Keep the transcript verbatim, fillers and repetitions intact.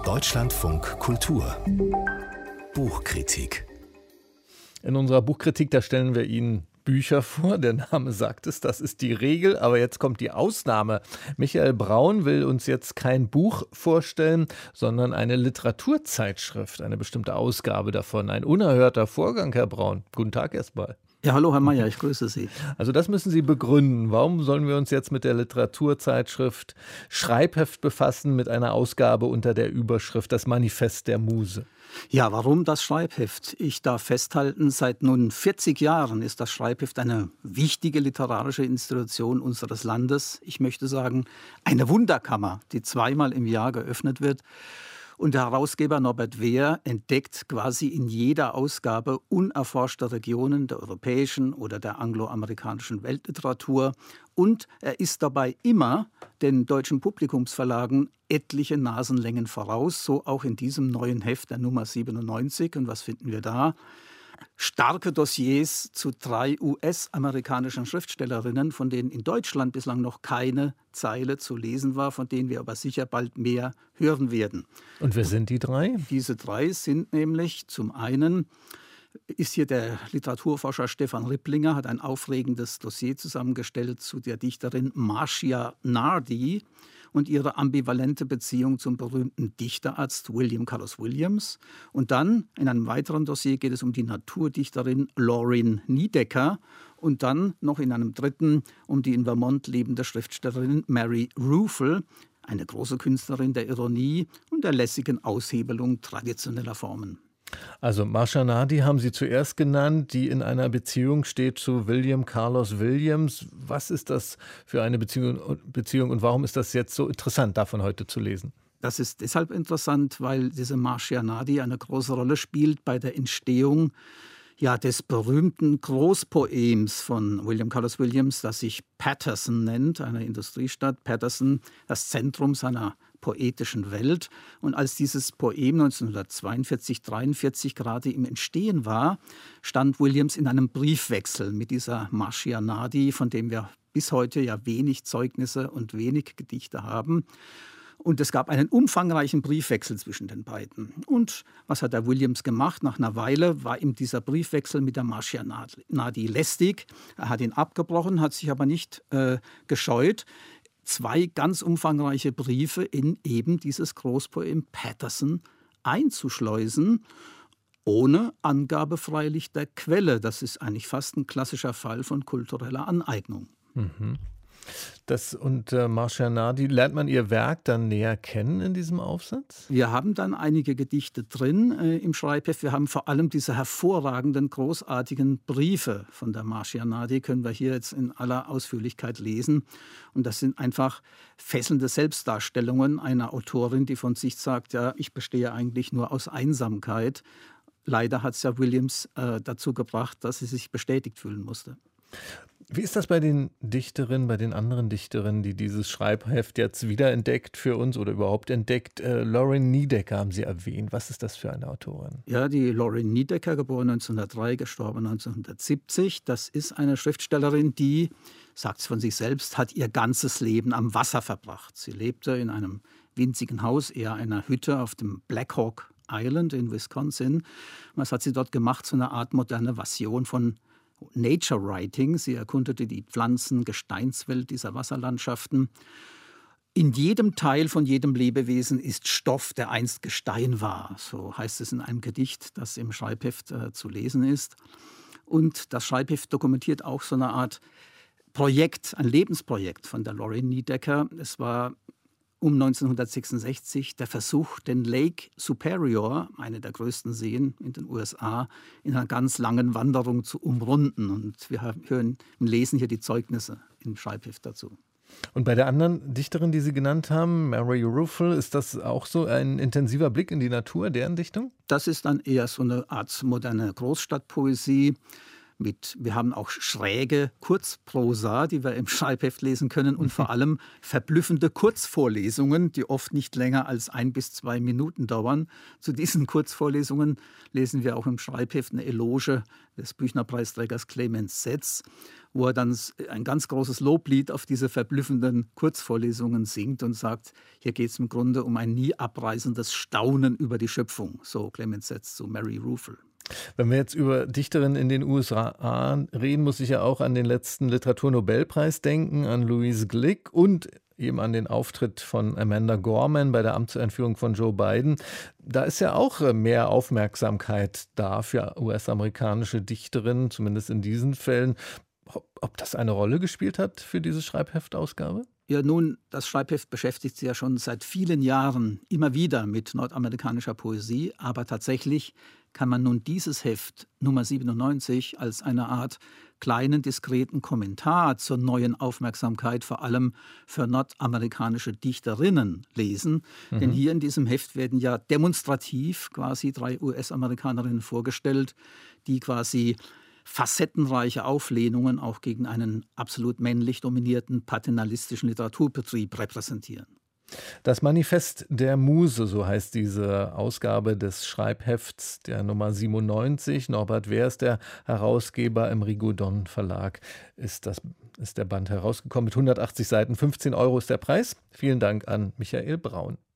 Deutschlandfunk Kultur Buchkritik. In unserer Buchkritik, da stellen wir Ihnen Bücher vor, der Name sagt es, das ist die Regel, aber jetzt kommt die Ausnahme. Michael Braun will uns jetzt kein Buch vorstellen, sondern eine Literaturzeitschrift, eine bestimmte Ausgabe davon. Ein unerhörter Vorgang, Herr Braun. Guten Tag erstmal. Ja, hallo Herr Mayer, ich grüße Sie. Also das müssen Sie begründen. Warum sollen wir uns jetzt mit der Literaturzeitschrift Schreibheft befassen, mit einer Ausgabe unter der Überschrift Das Manifest der Muse? Ja, warum das Schreibheft? Ich darf festhalten, seit nun vierzig Jahren ist das Schreibheft eine wichtige literarische Institution unseres Landes. Ich möchte sagen, eine Wunderkammer, die zweimal im Jahr geöffnet wird. Und der Herausgeber Norbert Wehr entdeckt quasi in jeder Ausgabe unerforschte Regionen der europäischen oder der angloamerikanischen Weltliteratur. Und er ist dabei immer den deutschen Publikumsverlagen etliche Nasenlängen voraus, so auch in diesem neuen Heft der Nummer siebenundneunzig. Und was finden wir da? Starke Dossiers zu drei U S-amerikanischen Schriftstellerinnen, von denen in Deutschland bislang noch keine Zeile zu lesen war, von denen wir aber sicher bald mehr hören werden. Und wer sind die drei? Diese drei sind nämlich zum einen ist hier der Literaturforscher Stefan Ripplinger, hat ein aufregendes Dossier zusammengestellt zu der Dichterin Marcia Nardi und ihre ambivalente Beziehung zum berühmten Dichterarzt William Carlos Williams. Und dann in einem weiteren Dossier geht es um die Naturdichterin Lauren Niedecker und dann noch in einem dritten um die in Vermont lebende Schriftstellerin Mary Ruefle, eine große Künstlerin der Ironie und der lässigen Aushebelung traditioneller Formen. Also Marcia Nardi haben Sie zuerst genannt, die in einer Beziehung steht zu William Carlos Williams. Was ist das für eine Beziehung, Beziehung und warum ist das jetzt so interessant, davon heute zu lesen? Das ist deshalb interessant, weil diese Marcia Nardi eine große Rolle spielt bei der Entstehung ja, des berühmten Großpoems von William Carlos Williams, das sich Paterson nennt, eine Industriestadt. Paterson, das Zentrum seiner poetischen Welt. Und als dieses Poem neunzehnhundertzweiundvierzig, dreiundvierzig gerade im Entstehen war, stand Williams in einem Briefwechsel mit dieser Marcia Nardi, von dem wir bis heute ja wenig Zeugnisse und wenig Gedichte haben. Und es gab einen umfangreichen Briefwechsel zwischen den beiden. Und was hat der Williams gemacht? Nach einer Weile war ihm dieser Briefwechsel mit der Marcia Nardi lästig. Er hat ihn abgebrochen, hat sich aber nicht äh, gescheut, zwei ganz umfangreiche Briefe in eben dieses Großpoem Paterson einzuschleusen, ohne Angabe freilich der Quelle. Das ist eigentlich fast ein klassischer Fall von kultureller Aneignung. Mhm. Das, und äh, Marcia Nardi, lernt man ihr Werk dann näher kennen in diesem Aufsatz? Wir haben dann einige Gedichte drin äh, im Schreibheft. Wir haben vor allem diese hervorragenden, großartigen Briefe von der Marcia Nardi, können wir hier jetzt in aller Ausführlichkeit lesen. Und das sind einfach fesselnde Selbstdarstellungen einer Autorin, die von sich sagt, ja, ich bestehe eigentlich nur aus Einsamkeit. Leider hat es ja Williams äh, dazu gebracht, dass sie sich bestätigt fühlen musste. Wie ist das bei den Dichterinnen, bei den anderen Dichterinnen, die dieses Schreibheft jetzt wiederentdeckt für uns oder überhaupt entdeckt? Äh, Lauren Niedecker haben Sie erwähnt. Was ist das für eine Autorin? Ja, die Lauren Niedecker, geboren neunzehnhundertdrei, gestorben neunzehnhundertsiebzig. Das ist eine Schriftstellerin, die, sagt es von sich selbst, hat ihr ganzes Leben am Wasser verbracht. Sie lebte in einem winzigen Haus, eher einer Hütte auf dem Black Hawk Island in Wisconsin. Was hat sie dort gemacht? So eine Art moderne Version von Nature Writing. Sie erkundete die Pflanzen-, Gesteinswelt dieser Wasserlandschaften. In jedem Teil von jedem Lebewesen ist Stoff, der einst Gestein war. So heißt es in einem Gedicht, das im Schreibheft äh, zu lesen ist. Und das Schreibheft dokumentiert auch so eine Art Projekt, ein Lebensprojekt von der Lauren Niedecker. Es war um neunzehnhundertsechsundsechzig der Versuch, den Lake Superior, eine der größten Seen in den U S A, in einer ganz langen Wanderung zu umrunden. Und wir hören und lesen hier die Zeugnisse im Schreibheft dazu. Und bei der anderen Dichterin, die Sie genannt haben, Mary Ruefle, ist das auch so ein intensiver Blick in die Natur, deren Dichtung? Das ist dann eher so eine Art moderne Großstadtpoesie. Mit, wir haben auch schräge Kurzprosa, die wir im Schreibheft lesen können und vor allem verblüffende Kurzvorlesungen, die oft nicht länger als ein bis zwei Minuten dauern. Zu diesen Kurzvorlesungen lesen wir auch im Schreibheft eine Eloge des Büchnerpreisträgers Clemens Setz, wo er dann ein ganz großes Loblied auf diese verblüffenden Kurzvorlesungen singt und sagt, hier geht es im Grunde um ein nie abreißendes Staunen über die Schöpfung, so Clemens Setz zu Mary Ruefle. Wenn wir jetzt über Dichterinnen in den U S A reden, muss ich ja auch an den letzten Literaturnobelpreis denken, an Louise Glück und eben an den Auftritt von Amanda Gorman bei der Amtseinführung von Joe Biden. Da ist ja auch mehr Aufmerksamkeit da für U S-amerikanische Dichterinnen, zumindest in diesen Fällen. Ob das eine Rolle gespielt hat für diese Schreibheftausgabe? Ja, nun, das Schreibheft beschäftigt sich ja schon seit vielen Jahren immer wieder mit nordamerikanischer Poesie, aber tatsächlich kann man nun dieses Heft Nummer siebenundneunzig als eine Art kleinen, diskreten Kommentar zur neuen Aufmerksamkeit vor allem für nordamerikanische Dichterinnen lesen. Mhm. Denn hier in diesem Heft werden ja demonstrativ quasi drei U S-Amerikanerinnen vorgestellt, die quasi facettenreiche Auflehnungen auch gegen einen absolut männlich dominierten paternalistischen Literaturbetrieb repräsentieren. Das Manifest der Muse, so heißt diese Ausgabe des Schreibhefts der Nummer siebenundneunzig. Norbert Wehr ist der Herausgeber, im Rigodon Verlag ist, das, ist der Band herausgekommen mit hundertachtzig Seiten. fünfzehn Euro ist der Preis. Vielen Dank an Michael Braun.